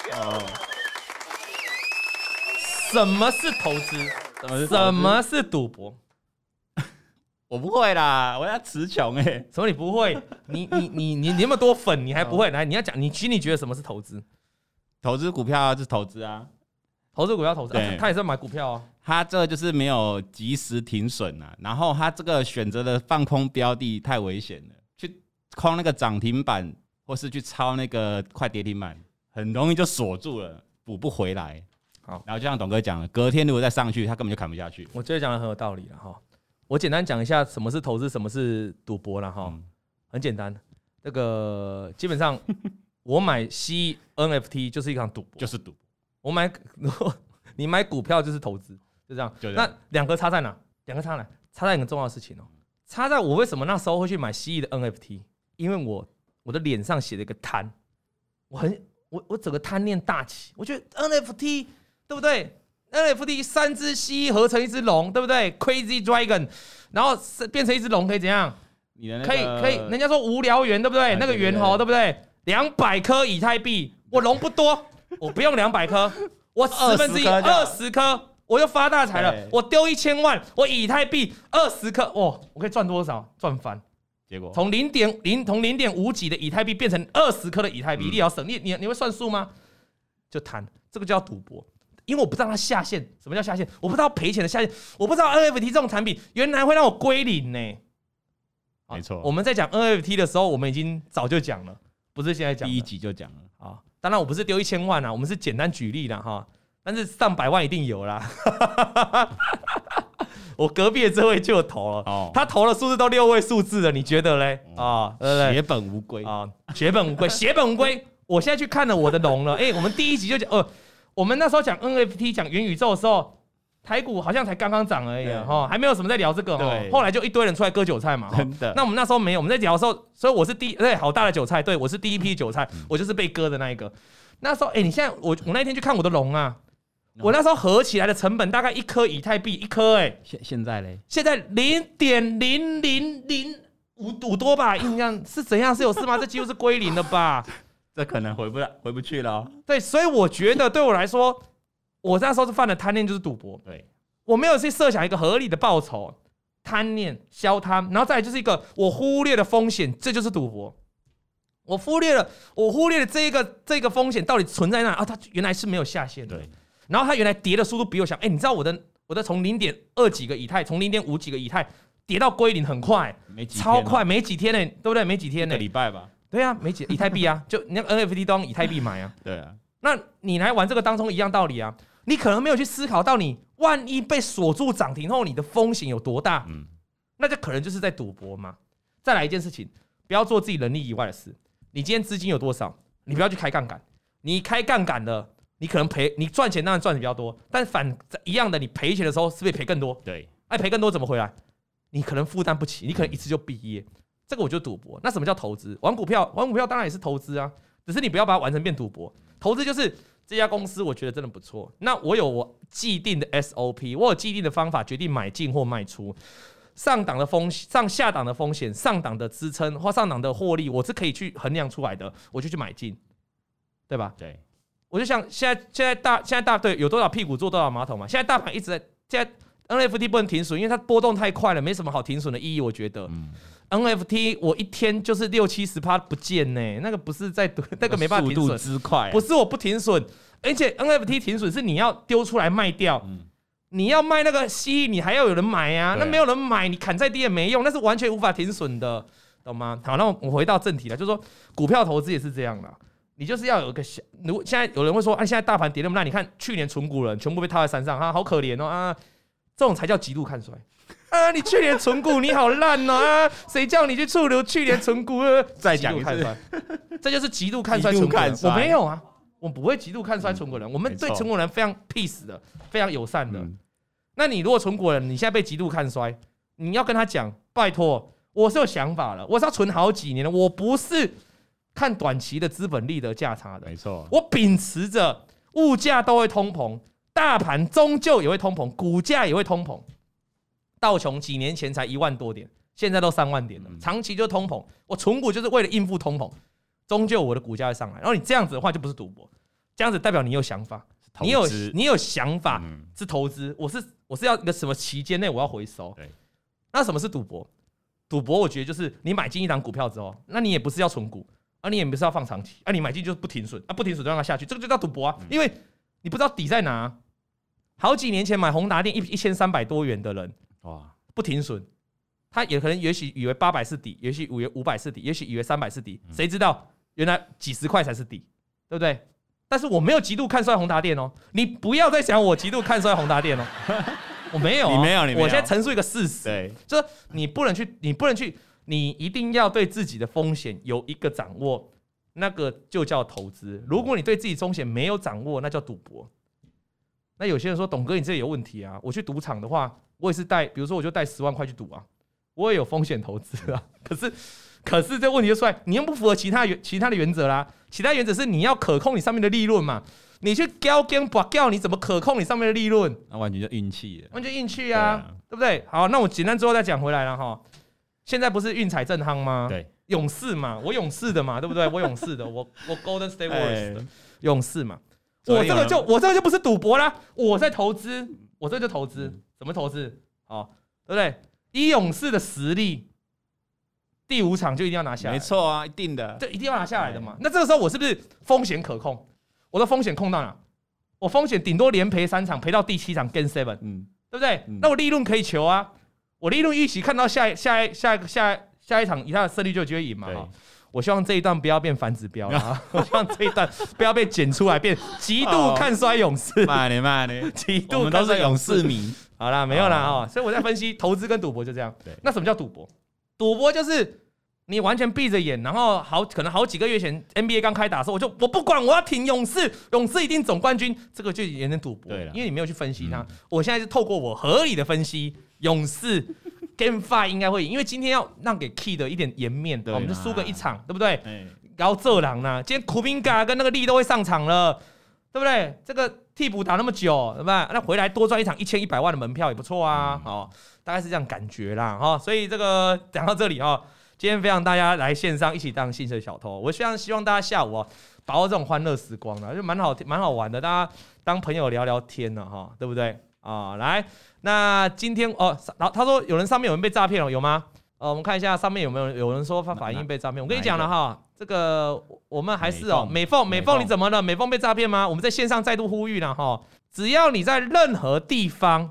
什么是投资？什么是赌博？ 我不会啦，我要词穷什么你不会？你那么多粉，你还不会？来，你要讲，你心里觉得什么是投资？ 投资股票是投资啊， 投资股票投资，他也是买股票啊。 他这个就是没有及时停损啊，然后他这个选择的放空标的太危险了，去空那个涨停板或是去抄那个快跌停板，很容易就锁住了，补不回来。好，然后就像董哥讲了，隔天如果再上去，他根本就砍不下去。 我觉得讲的很有道理了哈。我简单讲一下什么是投资，什么是赌博了哈。很简单，这个基本上我买 NFT 就是一场赌博， 就是赌博。 你买股票就是投资，就这样。那两个差在哪？差在一个重要的事情差在我为什么那时候会去买蜥蜴的 NFT， 因为我的脸上写了一个贪，我整个贪念大起，我觉得 NFT。对不对 ？NFT 3只蜥蜴合成一只龙，对不对 ？Crazy Dragon， 然后变成一只龙可以怎样？可以，人家说无聊猿，对不对？那个猿猴，对不对？200颗以太币，我龙不多，我不用200颗，我1/10 20颗，我就发大财了。我丢1000万，我以太币20颗，我可以赚多少？赚翻。 结果从0.5几的以太币变成20颗的以太币，你要省，你会算数吗？就贪，这个叫赌博。因为我不知道它下限，什么叫下限？我不知道赔钱的下限，我不知道 NFT 这种产品原来会让我归零呢。 没错， 我们在讲 NFT 的时候，我们已经早就讲了，不是现在讲。 第一集就讲了啊。当然我不是丢1000万我们是简单举例啦哈，但是上百万一定有啦。我隔壁的这位就有投了，他投的数字都6位数字了，你觉得嘞？ 血本无归血本无归。我现在去看了我的龙了，我们第一集就讲我们那时候讲 NFT 讲元宇宙的时候，台股好像才刚刚涨而已还没有什么在聊这个后来就一堆人出来割韭菜嘛， 真的。 那我们那时候没有，我们在聊的时候，所以我是好大的韭菜，对我是第一批韭菜，我就是被割的那一个。那时候你现在我那天去看我的龙啊， 我那时候合起来的成本大概1颗以太币1颗现在嘞？ 现在0.0005多吧，印象是怎样？是有事吗？这几乎是归零了吧？ 这可能回不去了哦。 对，所以我觉得对我来说，我那时候是犯的贪念就是赌博。 对， 我没有去设想一个合理的报酬，贪念消贪，然后再来就是一个我忽略的风险，这就是赌博。我忽略了这个风险到底存在哪啊？它原来是没有下限的。 对， 然后它原来跌的速度比我想，你知道我的从0.2几个以太，从0.5几个以太跌到归零很快，超快，没几天呢，对不对？没几天呢， 一个礼拜吧。 对啊，没几以太币啊，就你那个 NFT 都用以太币买啊。 对啊， 那你来玩这个当中一样道理啊，你可能没有去思考到你万一被锁住涨停后，你的风险有多大，那就可能就是在赌博嘛。再来一件事情，不要做自己能力以外的事。你今天资金有多少，你不要去开杠杆。你开杠杆了，你可能你赚钱当然赚的比较多，但反一样的，你赔钱的时候是不是赔更多？ 对， 赔更多怎么回来？你可能负担不起，你可能一次就毕业。这个我就赌博。那什么叫投资？玩股票当然也是投资啊，只是你不要把它玩成变赌博。投资就是这家公司我觉得真的不错，那我有我既定的 SOP， 我有既定的方法决定买进或卖出。上档的风险、下档的风险、上档的支撑或上档的获利，我是可以去衡量出来的，我就去买进，对吧？ 对， 我就像现在大对有多少屁股坐多少马桶嘛。现在大盘一直在，现在 NFT 不能停损，因为它波动太快了，没什么好停损的意义。我觉得NFT 我一天就是60-70%不见呢，那个不是在那个没办法停损， 速度之快， 不是我不停损，而且 NFT 停损是你要丢出来卖掉。你要卖那个蜥蜴，你还要有人买啊，那没有人买，你砍在地也没用，那是完全无法停损的，懂吗？好，那我回到正题了，就是说股票投资也是这样的，你就是要有一个现在有人会说，现在大盘跌那么烂，你看去年存股人全部被套在山上，好可怜哦啊，这种才叫极度看衰啊！你去年存股你好烂哦啊，谁叫你去触流去年存股？ 再讲一次， 这就是极度看衰存股人。我没有啊，我不会极度看衰存股人，我们对存股人非常 peace 的，非常友善的。那你如果存股人，你现在被极度看衰，你要跟他讲，拜托，我是有想法了，我是要存好几年的，我不是看短期的资本利得价差的， 没错， 我秉持着物价都会通膨，大盘终究也会通膨，股价也会通膨。道琼几年前才1万多点，现在都3万点了，长期就通膨。我存股就是为了应付通膨，终究我的股价会上来。然后你这样子的话，就不是赌博，这样子代表你有想法。你有想法是投资，我是要一个什么期间内我要回收。那什么是赌博？赌博我觉得就是你买进一档股票之后，那你也不是要存股，你也不是要放长期，你买进就是不停损，不停损就让它下去，这个就叫赌博啊，因为你不知道底在哪。好几年前买宏达电1300多元的人，哇，不停损，他也许以为800是底，也许以为500是底，也许以为300是底，谁知道原来几十块才是底，对不对？但是我没有极度看衰宏达电哦，你不要再想我极度看衰宏达电哦，我没有、哦，你没有，我现在陈述一个事实，对，就是你不能去，你一定要对自己的风险有一个掌握，那个就叫投资。如果你对自己风险没有掌握，那叫赌博。那有些人说，董哥你这里有问题啊，我去赌场的话，我也是比如说我就带10万块去赌啊，我也有风险投资啊，可是这问题就出来，你又不符合其他的原则啦。其他原则是你要可控你上面的利润嘛，你去交跟不交，你怎么可控你上面的利润？ 那完全就运气了， 完全运气啊，对不对？好，那我简单之后再讲回来了哈。现在不是运彩正夯吗？对，勇士嘛，我勇士的嘛，对不对？我勇士的，我 Golden State Warriors 的勇士嘛，我这个就不是赌博啦，我在投资，我这就投资，怎么投资？好，对不对？以勇士的实力。第5场就一定要拿下来， 没错啊，一定的， 这一定要拿下来的嘛。那这个时候我是不是风险可控？我的风险控到哪？我风险顶多连赔3场，赔到第7场 Game 7，对不对？那我利润可以求啊，我利润预期看到下一场以他的胜率就有机会赢嘛。我希望这一段不要变反指标啊，我希望这一段不要被剪出来变极度看衰勇士。 慢点， 极度看衰勇士迷。 好啦，没有啦哦，所以我在分析投资跟赌博就这样。那什么叫赌博？赌博就是你完全闭着眼，然后可能好几个月前 NBA 刚开打的时候，我不管，我要挺勇士，勇士一定总冠军，这个就有点赌博，因为你没有去分析它。我现在是透过我合理的分析，勇士 Game 5应该会赢，因为今天要让给 Key 的一点颜面，我们就输个1场，对不对？然后这狼呢，今天库宾嘎跟那个利都会上场了，对不对？这个替补打那么久，对吧？那回来多赚一场1100万的门票也不错啊，大概是这样感觉啦，所以这个讲到这里今天非常大家来线上一起当薪水小偷，我非常希望大家下午把握这种欢乐时光就蛮好玩的，大家当朋友聊聊天对不对来，那今天他说他说有人被诈骗了，有吗？我们看一下上面有人说法印被诈骗。我跟你讲了这个我们还是美凤你怎么了？美凤被诈骗吗？我们在线上再度呼吁了只要你在任何地方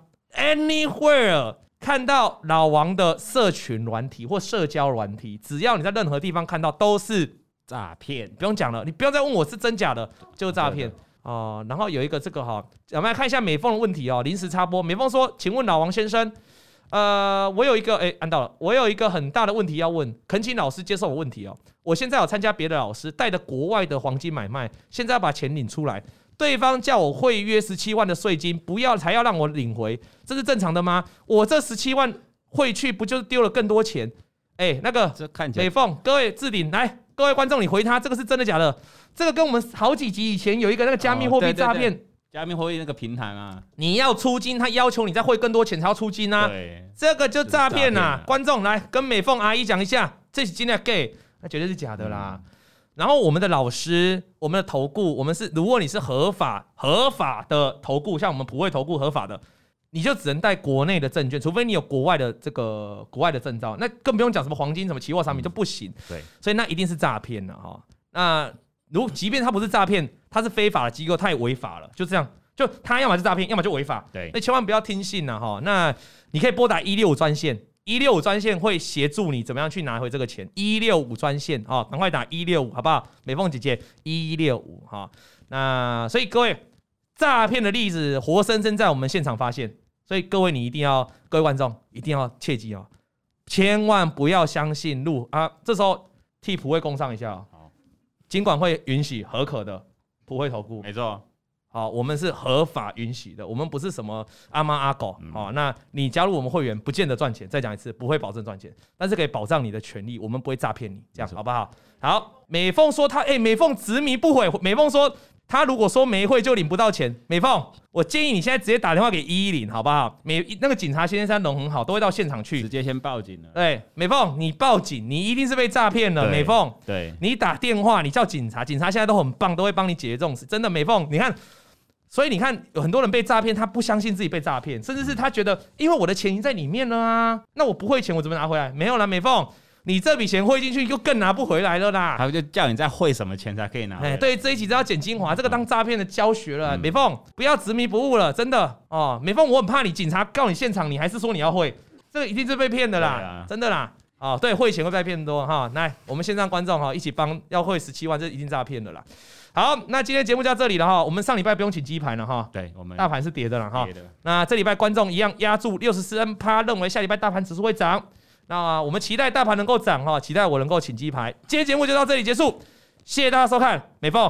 anywhere 看到老王的社群软体或社交软体，只要你在任何地方看到都是诈骗， 不用讲了，你不要再问我是真假的，就是诈骗然后有一个这个我们来看一下美凤的问题临时插播。美凤说：“请问老王先生。”我有一个按到了，我有一个很大的问题要问，恳请老师接受我问题我现在有参加别的老师带的国外的黄金买卖，现在要把钱领出来，对方叫我汇约17万的税金，不要才要让我领回，这是正常的吗？我这17万汇去不就是丢了更多钱？那个美凤，各位置顶来，各位观众，你回他这个是真的假的？这个跟我们好几集以前有一个那个加密货币诈骗。 加密货币那个平台你要出金，他要求你再汇更多钱才要出金对， 这个就诈骗观众来跟美凤阿姨讲一下，这是今天的 gay， 那绝对是假的啦。然后我们的老师，我们的投顾，我们是如果你是合法的投顾，像我们普惠投顾合法的，你就只能带国内的证券，除非你有国外的证照，那更不用讲什么黄金什么期货产品就不行。 对， 所以那一定是诈骗的那即便他不是诈骗，他是非法的机构，他也违法了，就这样，就他要么是诈骗，要么就违法。 对， 那千万不要听信那你可以拨打165专线，165专线会协助你怎么样去拿回这个钱。165专线赶快打165，好不好？美凤姐姐165那所以各位诈骗的例子活生生在我们现场发现，所以各位观众一定要切记千万不要相信这时候替普惠工商一下金管会允许合可的普惠投顾， 没错。 我们是合法允许的，我们不是什么阿猫阿狗。那你加入我们会员，不见得赚钱。再讲一次，不会保证赚钱，但是可以保障你的权利，我们不会诈骗你，这样好不好？好，美凤说美凤执迷不悔。美凤说他如果说没汇就领不到钱，美凤，我建议你现在直接打电话给110，好不好？那个警察先生人很好，都会到现场去， 直接先报警了。 对，美凤，你报警，你一定是被诈骗了。美凤， 对， 你打电话，你叫警察，警察现在都很棒，都会帮你解决这种事。真的，美凤，你看，所以你看，有很多人被诈骗，他不相信自己被诈骗，甚至是他觉得，因为我的钱已经在里面了那我不汇钱，我怎么拿回来？没有啦，美凤。你这笔钱汇进去就更拿不回来了啦， 他就叫你再汇什么钱才可以拿回来。 对，这一集只要剪精华，这个当诈骗的教学了。美凤，不要执迷不悟了，真的美凤，我很怕你警察告你现场，你还是说你要汇，这个一定是被骗的啦，真的啦。对，汇钱会被骗多来，我们线上观众一起帮要汇17万，这一定诈骗的啦。好，那今天节目就到这里了我们上礼拜不用请鸡盘了对，我们大盘是跌的了那这礼拜观众一样压住64%，认为下礼拜大盘指数会涨。那我们期待大盘能够涨期待我能够请鸡排。今天节目就到这里结束，谢谢大家收看。美凤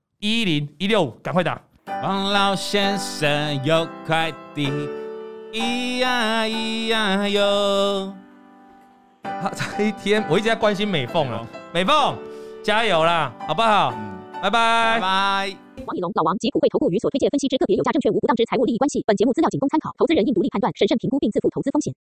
110-165，赶快打。 王老先生有快递，咿呀咿呀哟。 这一天我一直在关心美凤美凤加油啦，好不好？拜拜。 拜拜。 王以龙、老王及普惠投顾与所推介分析之个别有价证券无不当之财务利益关系。本节目资料仅供参考，投资人应独立判断、审慎评估并自负投资风险。